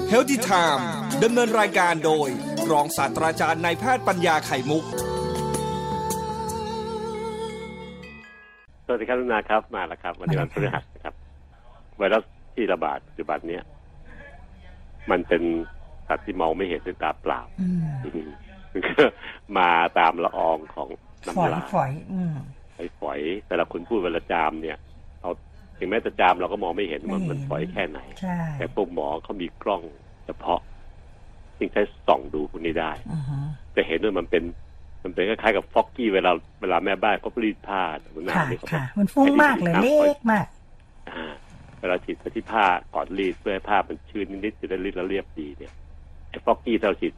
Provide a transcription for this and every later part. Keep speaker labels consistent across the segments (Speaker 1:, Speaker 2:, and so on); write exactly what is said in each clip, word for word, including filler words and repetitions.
Speaker 1: Healthy Time ดำเนินรายการโดยรองศาสตราจารย์นายแพทย์ปัญญาไข่มุก
Speaker 2: สวัสดีครับทุกท่านครับมาแล้วครับวันนี้วันพฤหัสนะครับไวรัสที่ระบาดปัจจุบันนี้มันเป็นสัตว์ที่มองไม่เห็นด้วยตาเปล่ามันก็มาตามละอองของน้ำลาย
Speaker 3: ฝอย
Speaker 2: ไอ้ฝอยแต่ละคนพูดเวลาจามเนี่ยเอาถึงแม้จะจามเราก็มองไม่เห็นว่ามันฝอยแค่ไหนแต่พวกหมอเขามีกล้องเฉพาะจึงใช้ส่องดูพวกนี้ได้จะเห็นว่ามันเป็นมันเป็นคล้ายๆกับฟอกกี้เวลาเวลาแม่บ้านเขารีดผ้ามันหนานี่เขา
Speaker 3: มันฟุ้งมากเลยเล็กมาก
Speaker 2: เวลาฉีดไปที่ผ้าก่อนรีดเพื่อให้ผ้ามันชื้นนิดๆจะได้รีดแล้วเรียบดีเนี่ยไอ้ฟอกกี้เราฉีด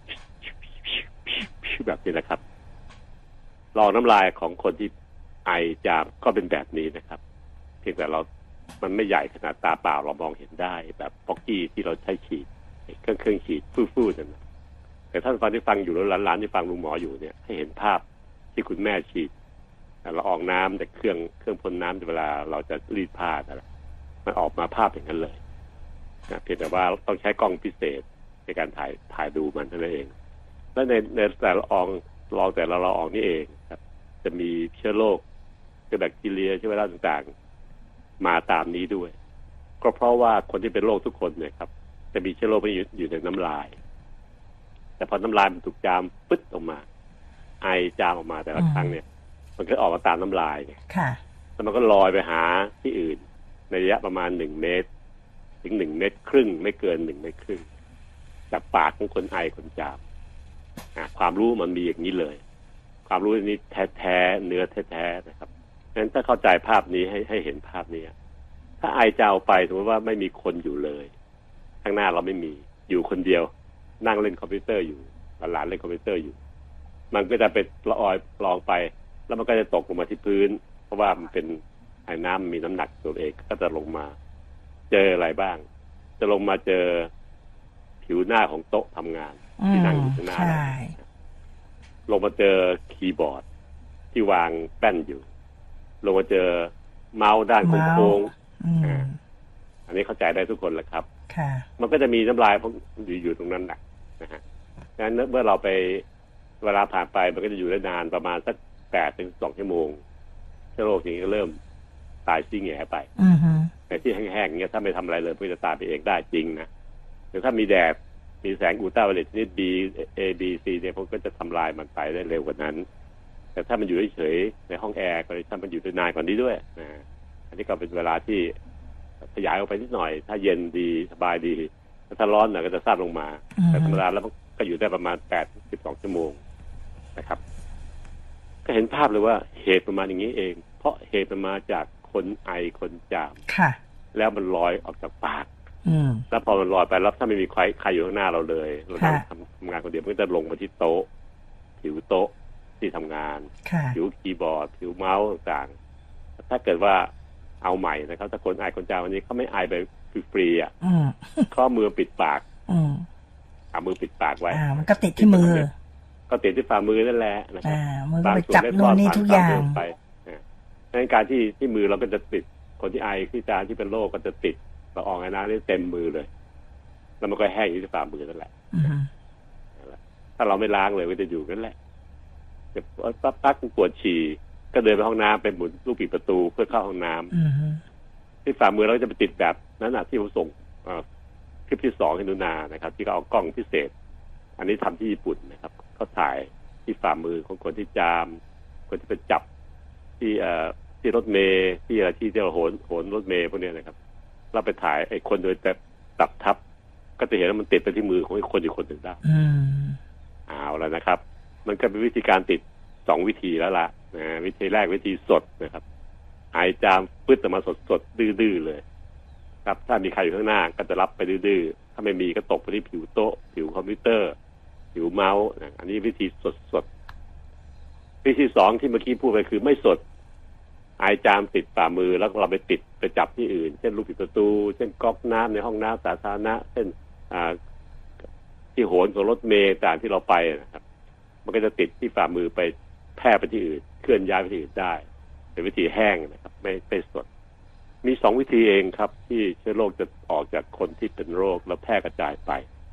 Speaker 2: แบบนี้นะครับรองน้ำลายของคนที่ไอจามก็เป็นแบบนี้นะครับเพียงแต่เรามันไม่ใหญ่ขนาดตาเปล่าเรามองเห็นได้แบบฟอกกี้ที่เราใช้ฉีดเครื่องเครื่องฉีดฟู่ๆนั่นนะแต่ท่านฟังที่ฟังอยู่แล้วหลานๆที่ฟังลุงหมออยู่เนี่ยให้เห็นภาพที่คุณแม่ฉีดละอองน้ำจากเครื่องเครื่องพ่นน้ำเวลาเราจะรีดผ้านั่นแหละมันออกมาภาพอย่างนั้นเลยนะเพียงแต่ว่าต้องใช้กล้องพิเศษในการถ่ายถ่ายดูมันเท่านั้นเองและในในแต่ละอองลองแต่ละละอองนี่เองครับจะมีเชื้อโรคคือแบคทีเรียเชื้อไวรัสต่างๆมาตามนี้ด้วยก็เพราะว่าคนที่เป็นโรคทุกคนเนี่ยครับจะมีเชื้อโรคที่อยู่ในน้ำลายแต่พอน้ำลายมันถูกจามปึ๊ดออกมาไอจามออกมาแต่ละครั้งเนี่ยมันก็ออกมาตามน้ำลายไงแล้วมันก็ลอยไปหาที่อื่นในระยะประมาณหนึ่งเมตรถึงหนึ่งเมตรครึ่งไม่เกินหนึ่งเมตรครึ่งจากปากของคนไอคนจามความรู้มันมีอย่างนี้เลยความรู้นี้แท้ๆเนื้อแท้ๆนะครับเพราะฉะนั้นถ้าเข้าใจภาพนี้ให้ให้เห็นภาพนี้ถ้าไอจามไปสมมติว่าไม่มีคนอยู่เลยข้างหน้าเราไม่มีอยู่คนเดียวนั่งเล่นคอมพิวเตอร์อยู่หลานเล่นคอมพิวเตอร์อยู่มันก็จะเป็นละออยลองไปแล้วมันก็จะตกลงมาที่พื้นเพราะว่ามันเป็นไอ้น้ำมีน้ำหนักตัวเองก็จะลงมาเจออะไรบ้างจะลงมาเจอผิวหน้าของโต๊ะทำงานที่นั่งอยู่ข้างหน้าลงมาเจอคีย์บอร์ดที่วางแป้นอยู่ลงมาเจอเมาส์ด้านโค้งๆอันนี้เข้าใจได้ทุกคนแหละครับมันก็จะมีน้ำลายพวกอยู่ตรงนั้นแหละนะฮะดังนั้นเมื่อเราไปเวลาผ่านไปมันก็จะอยู่ได้นานประมาณสักแปดถึงสองชั่วโมงเชื้อโรคอย่างนี้ก็เริ่มตายซิ่งแง่ไปแต่ที่แห้งๆอย่างเงี้ยถ้าไม่ทำอะไรเลยมันจะตายไปเองได้จริงนะหรือถ้ามีแดดมีแสงอูลตราไวโอเลตชนิด B A B C เนี่ยมันก็จะทำลายมันไปได้เร็วกว่านั้นแต่ถ้ามันอยู่เฉยๆในห้องแอร์ก็ถ้ามันอยู่ได้นานกว่านี้ด้วยนะอันนี้ก็เป็นเวลาที่ขยายออกไปนิดหน่อยถ้าเย็นดีสบายดีถ้าร้อนหน่อยก็จะสั้นลงมาแต่ธรรมดาแล้วก็อยู่ได้ประมาณแปดถึงสิบสองชั่วโมงนะครับก็เห็นภาพเลยว่าเหตุประมาณอย่างนี้เองเพราะเหตุมันมาจากคนไอคนจามแล้วมันลอยออกจากปากแล้วพอมันลอยไปแล้วถ้าไม่มีใครใครอยู่ข้างหน้าเราเลยเราทำทำงานคนเดียวมันก็จะลงมาที่โต๊ะผิวโต๊ะที่ทำงานผิวคีย์บอร์ดผิวเมาส์ต่างๆถ้าเกิดว่าเอาใหม่นะครับถ้าคนไอคนจามวันนี้เขาไม่ไอไปฟรีๆอ่ะข้อมือปิดปากเอามือปิดปากไว้
Speaker 3: มันก็ติดที่มือ
Speaker 2: ก็ติดที่ฝ่ามือนั่นแหละนะครับ
Speaker 3: บางส่วนได้รอดผ่านทุกอย่าง
Speaker 2: ไปในการที่ที่มือเราก็จะติดคนที่ไอที่จามที่เป็นโรคก็จะติดละอองไอน้ำนี่เต็มมือเลยแล้วมันก็แห้งอยู่ที่ฝ่ามือนั่นแหละถ้าเราไม่ล้างเลยก็จะอยู่นั่นแหละจะปั๊บปั๊บปวดฉี่ก็เดินไปห้องน้ำไปหมุนลูกปิดประตูเพื่อเข้าห้องน้ำที่ฝ่ามือเราก็จะไปติดแบบนั้นนะที่ผมส่งคลิปที่สองให้นุนานะครับที่เขาเอากล้องพิเศษอันนี้ทำที่ญี่ปุ่นนะครับเขาถ่ายที่ฝ่ามือของคนที่จามคนที่ไปจับที่เอ่อที่รถเมล์ที่อะไรที่ที่เราโหนโหนรถเมล์พวกนี้นะครับเราไปถ่ายไอ้คนโดยแต่ตับทับก็จะเห็นว่ามันติดไปที่มือของอีกคนอีกคนหนึ่งได้เอาแล้วนะครับมันก็เป็นวิธีการติดสองวิธีแล้วล่ะนะวิธีแรกวิธีสดนะครับหายจามปึ๊ดออกมาสดๆดื้อๆเลยครับถ้ามีใครอยู่ข้างหน้าก็จะรับไปดื้อๆถ้าไม่มีก็ตกไปที่ผิวโต๊ะผิวคอมพิวเตอร์ผิวเมาส์นะอันนี้วิธีสดๆวิธีสองที่เมื่อกี้พูดไปคือไม่สดไอจามติดฝ่ามือแล้วเราไปติดไปจับที่อื่นเช่นลูกปิดประตูเช่นก๊อกน้ำในห้องน้ำสาธารณะเช่นที่โหนของรถเมล์ต่างที่เราไปนะครับมันก็จะติดที่ฝ่ามือไปแพร่ไปที่อื่นเคลื่อนย้ายไปที่อื่นได้เป็นวิธีแห้งนะครับไม่ไม่สดมีสองวิธีเองครับที่เชื้อโรคจะออกจากคนที่เป็นโรคแล้วแพร่กระจายไป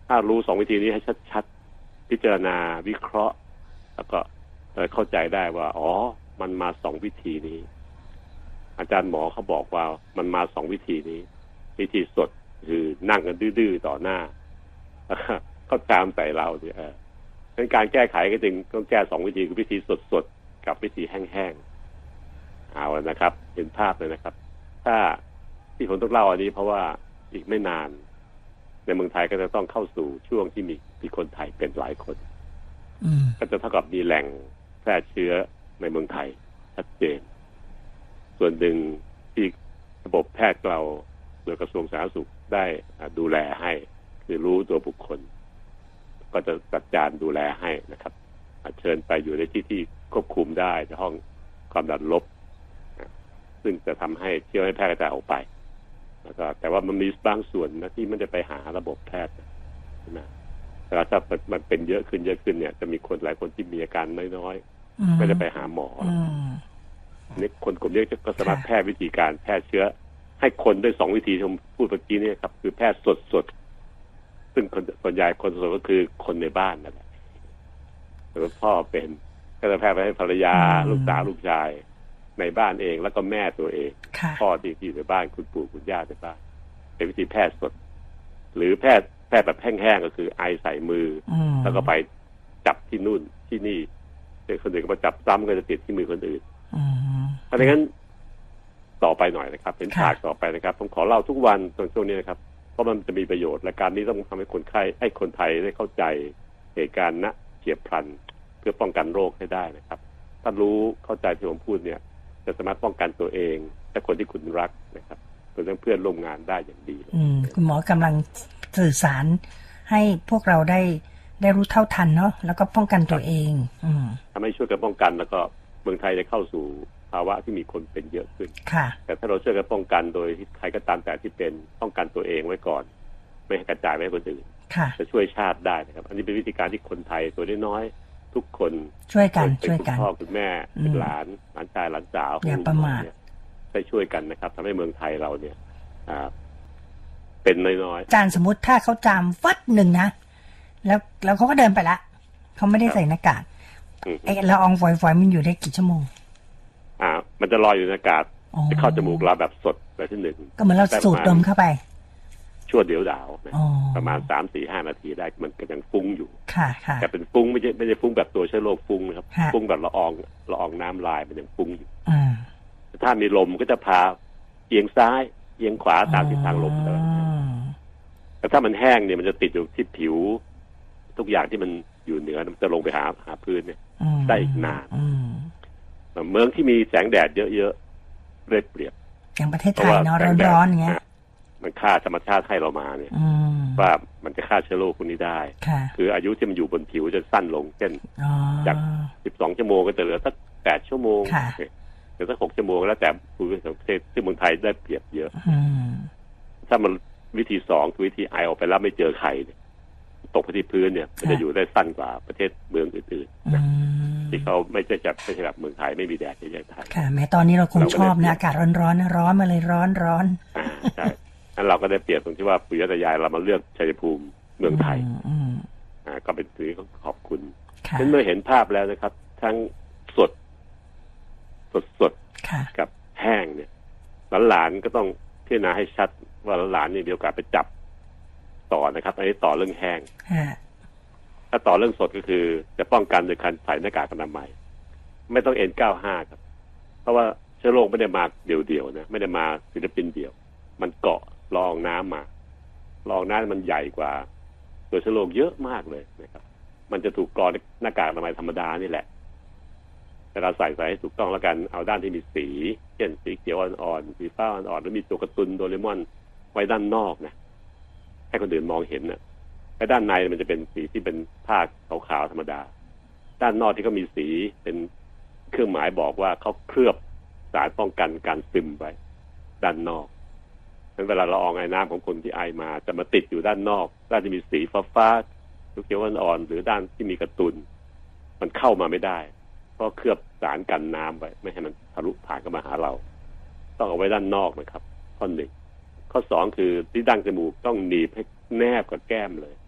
Speaker 2: ถ้ารู้สองวิธีนี้ให้ชัดๆพิจารณาวิเคราะห์แล้วก็เข้าใจได้ว่าอ๋อมันมาสองวิธีนี้อาจารย์หมอเขาบอกว่ามันมาสองวิธีนี้วิธีสดคือนั่งกันดื้อๆต่อหน้าเขาตามใส่เราเนี่ยเออเป็นการแก้ไขก็จึงต้องแก้สองวิธีคือวิธีสดๆกับวิธีแห้งๆเอาละนะครับเห็นภาพเลยนะครับถ้าที่ผมต้องเล่าอันนี้เพราะว่าอีกไม่นานในเมืองไทยก็จะต้องเข้าสู่ช่วงที่มีมีคนไทยเป็นหลายคนก็จะเท่ากับมีแหล่งแพร่เชื้อในเมืองไทยชัดเจนส่วนหนึ่งที่ระบบแพทย์เราโดยกระทรวงสาธารณสุขได้ดูแลให้คือรู้ตัวบุคคลก็จะจัดการดูแลให้นะครับเชิญไปอยู่ในที่ที่ควบคุมได้ในห้องความดันลบซึ่งจะทำให้เชื้อให้แพร่กระจายออกไปแล้วก็แต่ว่ามันมีบางส่วนนะที่มันจะไปหาระบบแพทย์นะแต่ถ้ามันเป็นเยอะขึ้นเยอะขึ้นเนี่ยจะมีคนหลายคนที่มีอาการน้อยๆไม่ได้ไปหาหมอนี่คนกลุ่มนี้ก็สามารถแพร่วิธีการแพร่เชื้อให้คนด้วยสองวิธีที่ผมพูดเมื่อกี้นี่ครับคือแพทย์สดๆซึ่งส่วนใหญ่คนสดก็คือคนในบ้านนั่นแหละหรือพ่อเป็นก็จะแพร่ไปให้ภรรยาลูกสาวลูกชายในบ้านเองแล้วก็แม่ตัวเองพ่อที่อยู่ในบ้านคุณปู่คุณย่าในบ้านเป็นวิธีแพทย์สดหรือแพทย์แพทย์แบบแห้งๆก็คือไอใส่มือแล้วก็ไปจับที่นู่นที่นี่เด็กคนอื่นก็มาจับซ้ำก็จะติดที่มือคนอื่นเพราะฉะนั้นต่อไปหน่อยนะครับเป็นฉากต่อไปนะครับผมขอเล่าทุกวันตรงช่วงนี้นะครับเพราะมันจะมีประโยชน์และการนี้ต้องทำให้คนไข้ให้คนไทยได้เข้าใจเหตุการณ์ณเฉียบพลันเพื่อป้องกันโรคให้ได้นะครับถ้ารู้เข้าใจที่ผมพูดเนี่ยจะสามารถป้องกันตัวเองและคนที่คุณรักนะครับรวมทั้งเพื่อนร่วมงานได้อย่างดี
Speaker 3: คุณหมอกำลังสื่อสารให้พวกเราได้ได้รู้เท่าทันเนาะแล้วก็ป้องกันตัวเอง
Speaker 2: ทำให้ช่วยกันป้องกันแล้วก็เมืองไทยจะเข้าสู่ภาวะที่มีคนเป็นเยอะขึ้นแต่ถ้าเราช่วยกันป้องกันโดยที่ใครก็ตามแต่ที่เป็นป้องกันตัวเองไว้ก่อนไม่ให้กระจายไปให้คนอื่นจะช่วยชาติได้นะครับอันนี้เป็นวิธีการที่คนไทยตัวน้อยๆทุกคน
Speaker 3: ช่วยกันช่วยกัน
Speaker 2: คุณพ่อคุณแม่เป็นหลานหลานชายหลานสาว
Speaker 3: อย่าประมาท
Speaker 2: ได้ช่วยกันนะครับทำให้เมืองไทยเราเนี่ยเป็นน้อย
Speaker 3: ๆอาจารย์สมมติถ้าเขาจามฟัดหนึ่งนะแล้วแล้วเขาก็เดินไปละเขาไม่ได้ใส่หน้ากากไอ้ละอองฝอยๆมันอยู่ได้กี่ชั่วโมง
Speaker 2: อ่ามันจะลอยอยู่ในอากาศจะเข้าจมูกเราแบบสดแบบที่หนึ่ง
Speaker 3: ก็เหมือนเราสูดดมเข้าไป
Speaker 2: ชั่วเดียวดาวประมาณสามสี่ห้านาทีได้มันก็ยังฟุ้งอยู่
Speaker 3: ค่ะค่ะ
Speaker 2: แต่เป็นฟุ้งไม่ใช่ไม่ใช่ฟุ้งแบบตัวเชื้อโรคฟุ้งนะครับฟุ้งแบบละอองละอองน้ำลายมันยังฟุ้งอยู่ถ้ามีลมก็จะพาเอียงซ้ายเอียงขวาตามทิศทางลมแต่แต่ถ้ามันแห้งเนี่ยมันจะติดอยู่ที่ผิวทุกอย่างที่มันอยู่เหนือมันจะลงไปหาหาพื้นเนี่ยได้อีกนานเมืองที่มีแสงแดดเยอะๆได้เปรียบ
Speaker 3: อย่างประเทศไทยเนาะร้อนๆอย่างเงี้ย
Speaker 2: มันฆ่าธรรมชาติให้เรามาเนี่ยว่ามันจะฆ่าเชื้อโรคพวกนี้ได้คืออายุที่มันอยู่บนผิวจะสั้นลงเช่นจากสิบสองชั่วโมงก็จะเหลือสักแปดชั่วโมงหรือสักหกชั่วโมงแล้วแต่ภูมิประเทศที่เมืองไทยได้เปรียบเยอะถ้ามันวิธีสองคือวิธีไอออกไปแล้วไม่เจอใครเนี่ยตกไปที่พื้นเนี่ยมันจะอยู่ได้สั้นกว่าประเทศเมืองอื่นๆที่เขาไม่ใช่จัดไม่ใช่แบบเมืองไทยไม่มีแดดที่ใหญ่ไทย
Speaker 3: ค่ะแม้ตอนนี้เราคงชอบนะอากาศร้อนๆนะร้อนมาเลยร้อนร้อน
Speaker 2: ใช่งั้นเราก็ได้เปรียบตรงที่ว่าปู่ย่าตายายเรามาเลือกชัยภูมิเมืองไทยอ่าก็เป็นสิ่งที่ขอบคุณเมื่อเห็นภาพแล้วนะครับทั้งสดสดสดกับแห้งเนี่ยหลานๆก็ต้องพิจารณาให้ชัดว่าหลานๆนี่มีโอกาสไปจับต่อนะครับอันนี้ต่อเรื่องแห้งถ้าต่อเรื่องสดก็คือจะป้องกันโดยการใส่หน้ากากอนามัยไม่ต้อง เอ็น เก้าสิบห้า ครับเพราะว่าเชื้อโรคไม่ได้มาเดี่ยวๆนะไม่ได้มาศิลปินเดียวมันเกาะละอองน้ำมาละอองน้ำมันใหญ่กว่าตัวเชื้อโรคเยอะมากเลยนะครับมันจะถูกกรองในหน้ากากอนามัยธรรมดานี่แหละแต่เราใส่ใส่ให้ถูกต้องแล้วกันเอาด้านที่มีสีเช่นสีเขียวอ่อนๆสีฟ้าอ่อนๆแล้วมีตัวการ์ตูนโดเรมอนไว้ด้านนอกนะให้คนอื่นมองเห็นนะไอ้ด้านในมันจะเป็นสีที่เป็นผ้าขาวๆธรรมดาด้านนอกที่ก็มีสีเป็นเครื่องหมายบอกว่าเขาเคลือบสารป้องกันการซึมไว้ด้านนอกเพราะเวลาละอองไอน้ำของคนที่ไอมาจะมาติดอยู่ด้านนอกด้านที่มีสีฟ้าๆเขียวอ่อนๆหรือด้านที่มีการ์ตูนมันเข้ามาไม่ได้เพราะเคลือบสารกันน้ำไว้ไม่ให้มันทะลุผ่านเข้ามาหาเราต้องเอาไว้ด้านนอกนะครับข้อหนึ่งข้อสองคือที่ดั้งจมูกต้องหนีบให้แนบกับแก้มเลย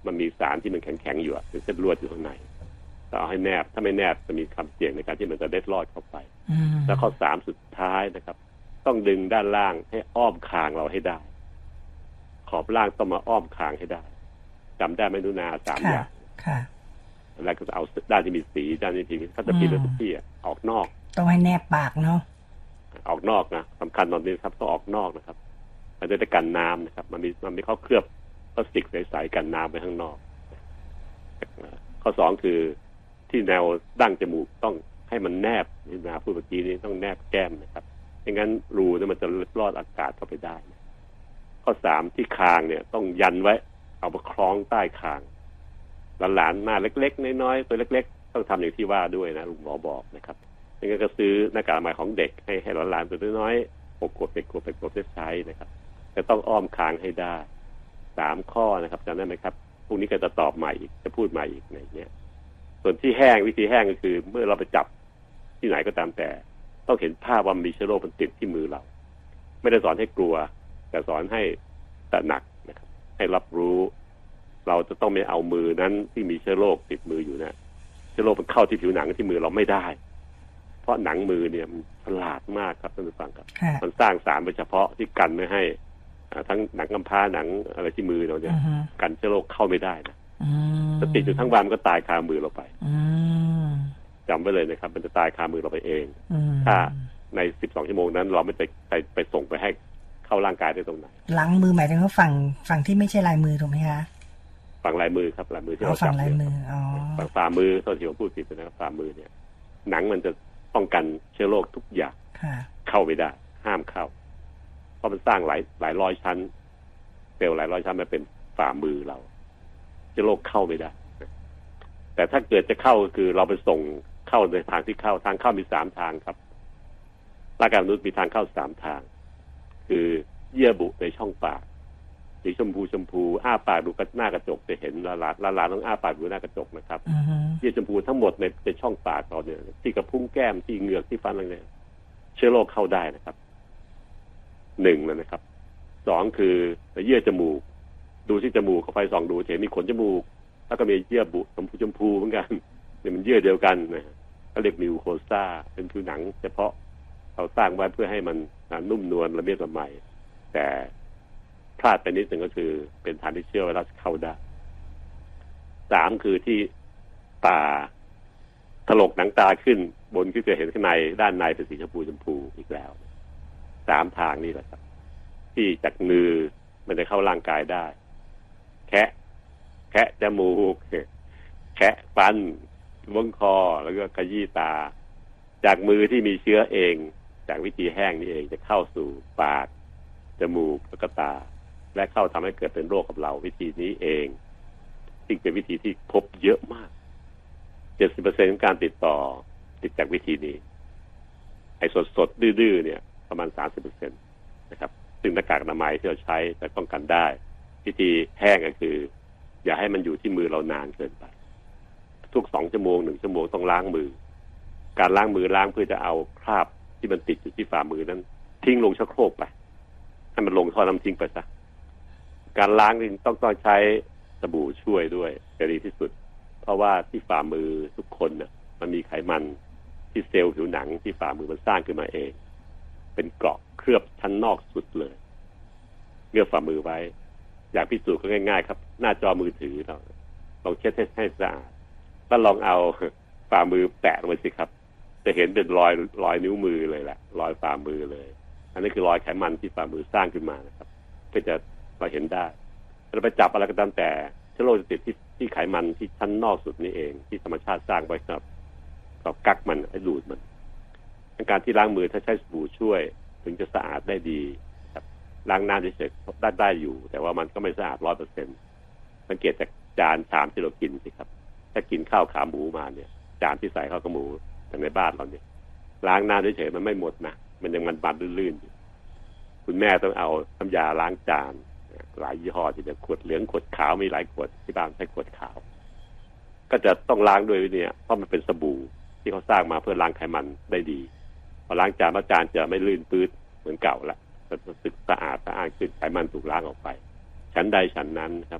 Speaker 2: มันมีสารที่มันแข็งๆอยู่เป็นเส้นลวดอยู่ข้างในต้องเอาให้แนบถ้าไม่แนบจะมีความเสี่ยงในการที่มันจะเล็ดลอดเข้าไปแล้วข้อสามสุดท้ายนะครับต้องดึงด้านล่างให้อ้อมคางเราให้ได้ขอบล่างต้องมาอ้อมคางให้ได้จำได้ไหมนุนาสามอย่างแล้วก็เอาด้านที่มีสีด้านที่มีถ้าจะพิมพ์แล้วที่ออกนอก
Speaker 3: ต้องให้แนบปากเนาะ
Speaker 2: ออกนอกนะสำคัญตอนนี้ครับต้องออกนอกนะครับมันจะได้กันน้ำนะครับมันมีมันมีข้อเคลือบพลาสติกใสๆกันน้ำไว้ข้างนอกข้อสองคือที่แนวดั้งจมูกต้องให้มันแนบที่นาพูดเมื่อกี้นี้ต้องแนบแก้มนะครับไม่งั้นรูเนี่ยมันจะลอดอากาศเข้าไปได้ข้อสามที่คางเนี่ยต้องยันไว้เอามาคล้องใต้คางหลานๆหน้าเล็กๆน้อยๆตัวเล็กๆต้องทำอย่างที่ว่าด้วยนะลุงหมอบอกนะครับไม่งั้นก็ซื้อหน้ากากอนามัยของเด็กให้ให้หลานๆตัวน้อยๆหกขวบเจ็ดขวบแปดขวบได้ใช้นะครับจะต้องอ้อมคางให้ได้สามข้อนะครับจำได้ไหมครับพรุ่งนี้ก็จะตอบใหม่อีกจะพูดใหม่อีกในเนี้ยส่วนที่แห้งวิธีแห้งก็คือเมื่อเราไปจับที่ไหนก็ตามแต่ต้องเห็นภาพว่ามีเชื้อโรคมันติดที่มือเราไม่ได้สอนให้กลัวแต่สอนให้ตระหนักนะครับให้รับรู้เราจะต้องไม่เอามือนั้นที่มีเชื้อโรคติดมืออยู่นะเชื้อโรคมันเข้าที่ผิวหนังที่มือเราไม่ได้เพราะหนังมือเนี่ยมันฉลาดมากครับท่านผู้ฟังครับมันสร้างสารโดยเฉพาะที่กันไม่ให้ทั้งหนังกำพร้าหนังอะไรที่มือเราเนี่ยกันเชื้อโรคเข้าไม่ได้นะถ้าติดอยู่ทั้งวันมันก็ตายคามือเราไปจำไว้เลยนะครับมันจะตายคามือเราไปเองถ้าในสิบสองชั่วโมงนั้นเราไม่ไปไปไปส่งไปให้เข้าร่างกายได้ตรงไหน
Speaker 3: ล้างมือหมายถึงว่าฝั่งฝั่งที่ไม่ใช่ลายมือถูกไหมคะ
Speaker 2: ฝั่งลายมือครับลายมือที่เราจับ
Speaker 3: ฝั่งลายมืออ๋อ
Speaker 2: ฝั่งฝ่ามือตอนที่ผมพูดผิดนะครับฝ่ามือเนี่ยหนังมันจะป้องกันเชื้อโรคทุกอย่างเข้าไม่ได้ห้ามเข้าเพราะมันสร้างหลายหลายร้อยชั้นเซลล์หลายร้อยชั้นมาเป็นฝ่ามือเราเชื้อโรคเข้าไม่ได้แต่ถ้าเกิดจะเข้าคือเราไปส่งเข้าในทางที่เข้าทางเข้ามีสามทางครับร่างกายมนุษย์มีทางเข้าสามทางคือเยื่อบุในช่องปากสีชมพูชมพูอ้าปากดูกระหน้ากระจกจะเห็นละลาละลาต้องอ้าปากดูหน้ากระจกนะครับ uh-huh. เยื่อชมพูทั้งหมดในในช่องปากเราเนี่ยที่กระพุ้งแก้มที่เหงือกที่ฟันอะไรเนี่ยเชื้อโรคเข้าได้นะครับหนึ่งเลยนะครับสองคือเยื่อจมูกดูที่จมูกเขาไฟส่องดูเห็นมีขนจมูกแล้วก็มีเยื่อบุชมพูชมพูเหมือนกันเนี่ยมันเยื่อเดียวกันนะเขาเรียกมิวโคซ่าเป็นผิวหนังเฉพาะเราสร้างไว้เพื่อให้มันนุ่มนวลละเมียดละไมแต่พลาดไปนิดหนึ่งก็คือเป็นฐานที่เชื้อไวรัสเข้าได้สามคือที่ตาถลกหนังตาขึ้นบนขึ้นจะเห็นข้างในด้านในเป็นสีชมพูชมพูอีกแล้วสามทางนี่แหละครับที่จากมือมันจะเข้าร่างกายได้แคะแคะจมูกแคะฟันล้วงคอแล้วก็ขยี้ตาจากมือที่มีเชื้อเองจากวิธีแห้งนี่เองจะเข้าสู่ปากจมูกแล้วก็ตาและเข้าทำให้เกิดเป็นโรคกับเราวิธีนี้เองซึ่งเป็นวิธีที่พบเยอะมาก เจ็ดสิบเปอร์เซ็นต์ ของการติดต่อติดจากวิธีนี้ไอ้สดๆดื้อๆเนี่ยประมาณ สามสิบเปอร์เซ็นต์ นะครับซึ่งหน้ากากอนามัยที่เราใช้จะป้องกันได้วิธีแห้งก็คืออย่าให้มันอยู่ที่มือเรานานเกินไปทุกสองชั่วโมงหนึ่งชั่วโมงต้องล้างมือการล้างมือล้างเพื่อจะเอาคราบที่มันติดอยู่ที่ฝ่ามือนั้นทิ้งลงชักโครกไปให้มันลงท่อน้ำทิ้งไปซะการล้างนี่ต้องต้องใช้สบู่ช่วยด้วยจะดีที่สุดเพราะว่าที่ฝ่ามือทุกคนน่ะมันมีไขมันที่เซลล์ผิวหนังที่ฝ่ามือมันสร้างขึ้นมาเองเป็นเกราะเคลือบชั้นนอกสุดเลยเงือกฝ่ามือไว้อยากพิสูจน์ก็ง่ายๆครับหน้าจอมือถือเราลองเช็ดให้สะอาดแล้วลองเอาฝ่ามือแตะลงไปสิครับจะเห็นเป็นรอยรอยนิ้วมือเลยแหละรอยฝ่ามือเลยอันนี้คือรอยไขมันที่ฝ่ามือสร้างขึ้นมานะครับก็จะเราเห็นได้เราไปจับอะไรก็ตามแต่เชื้อโรคจะติดที่ที่ไขมันที่ชั้นนอกสุดนี่เองที่ธรรมชาติสร้างไว้ครับกับกักมันให้ดูดมันการที่ล้างมือถ้าใช้สบู่ช่วยถึงจะสะอาดได้ดีครับล้างน้ำเฉยๆได้ได้อยู่แต่ว่ามันก็ไม่สะอาด ร้อยเปอร์เซ็นต์ สังเกตจากจานชามที่เรากินสิครับถ้ากินข้าวขาหมูมาเนี่ยจานที่ใส่ข้าวขาหมูในบ้านเราเนี่ยล้างน้ำเฉยๆมันไม่หมดนะมันยังมันบานลื่นๆอยู่คุณแม่ต้องเอาน้ำยาล้างจานหลายยี่ห้อที่จะขวดเหลืองขวดขาวมีหลายขวดที่บ้านใช้ขวดขาวก็จะต้องล้างด้วยเนี่ยเพราะมันเป็นสบู่ที่เขาสร้างมาเพื่อล้างไขมันได้ดีพอล้างจานแล้วจานจะไม่ลื่นปื๊ดเหมือนเก่าละจะรู้สึกสะอาดสะอาดขึ้นไขมันถูกล้างออกไปชั้นใดชั้นนั้นครับ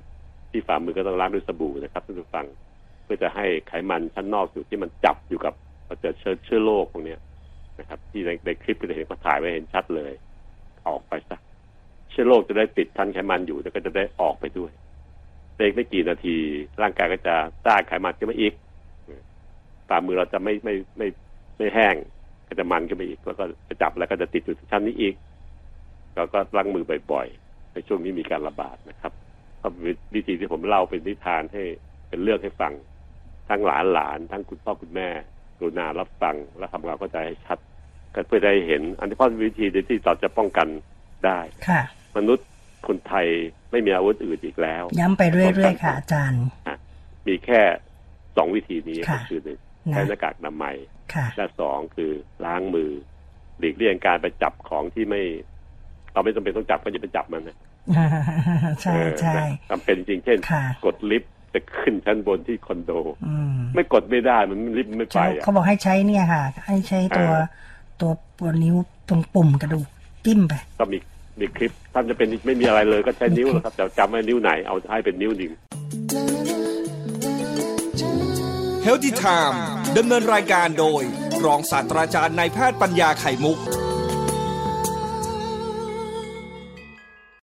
Speaker 2: ที่ฝ่ามือก็ต้องล้างด้วยสบู่นะครับท่านผู้ฟังเพื่อจะให้ไขมันชั้นนอกอยู่ที่มันจับอยู่กับเจอเชื้อเชื้อโรคพวกนี้นะครับที่ในในคลิปก็จะเห็นเขาถ่ายไว้เห็นชัดเลยออกไปซะเชื้อโรคจะได้ติดชั้นไขมันอยู่แล้วก็จะได้ออกไปด้วยเด็กไม่กี่นาทีร่างกายก็จะสร้างไขมันขึ้นมาอีกฝ่ามือเราจะไม่ไม่ไม่ไม่แห้งก็จะมันขึ้นมาอีกแล้วก็จะจับแล้วก็จะติดอยู่ชั้นนี้อีกเราก็ล้างมือบ่อยๆในช่วงนี้มีการระบาดนะครับก็วิธีที่ผมเล่าเป็นนิทานให้เป็นเรื่องให้ฟังทั้งหลานหลานทั้งคุณพ่อคุณแม่กรุณารับฟังและทำความเข้าใจให้ชัดก็เพื่อได้เห็นอันที่พ่อวิธีที่เราจะป้องกันได้มนุษย์คนไทยไม่มีอาวุธอื่นอีกแล้ว
Speaker 3: ย้ำไปเรื่อยๆค่ะอาจารย์
Speaker 2: มีแค่สองวิธีนี้ก็คือหนึ่งใช้หน้ากากอนามัยและสองคือล้างมือหลีกเลี่ยงการไปจับของที่ไม่เราไม่จำเป็นต้องจับก็อย่าไปจับมันนะ
Speaker 3: ใช่ใช่
Speaker 2: จำเป็นจริงเช่นกดลิฟต์จะขึ้นชั้นบนที่คอนโดไม่กดไม่ได้มันลิฟต์ไม่ไป
Speaker 3: เขาบอกให้ใช้เนี่ยค่ะให้ใช้ตัวตัวปวดนิ้วตรงปุ่มกระดูกจิ้มไป
Speaker 2: ก็มีมีคลิปถ้าจะเป็นไม่มีอะไรเลยก็ใช้นิ้วนะครับแต่จำไว้นิ้วไหนเอาให้เป็นนิ้วหนึ่ง
Speaker 1: Healthy Time ดำเนินรายการโดยรองศาสตราจารย์นายแพทย์ปัญญาไข่มุก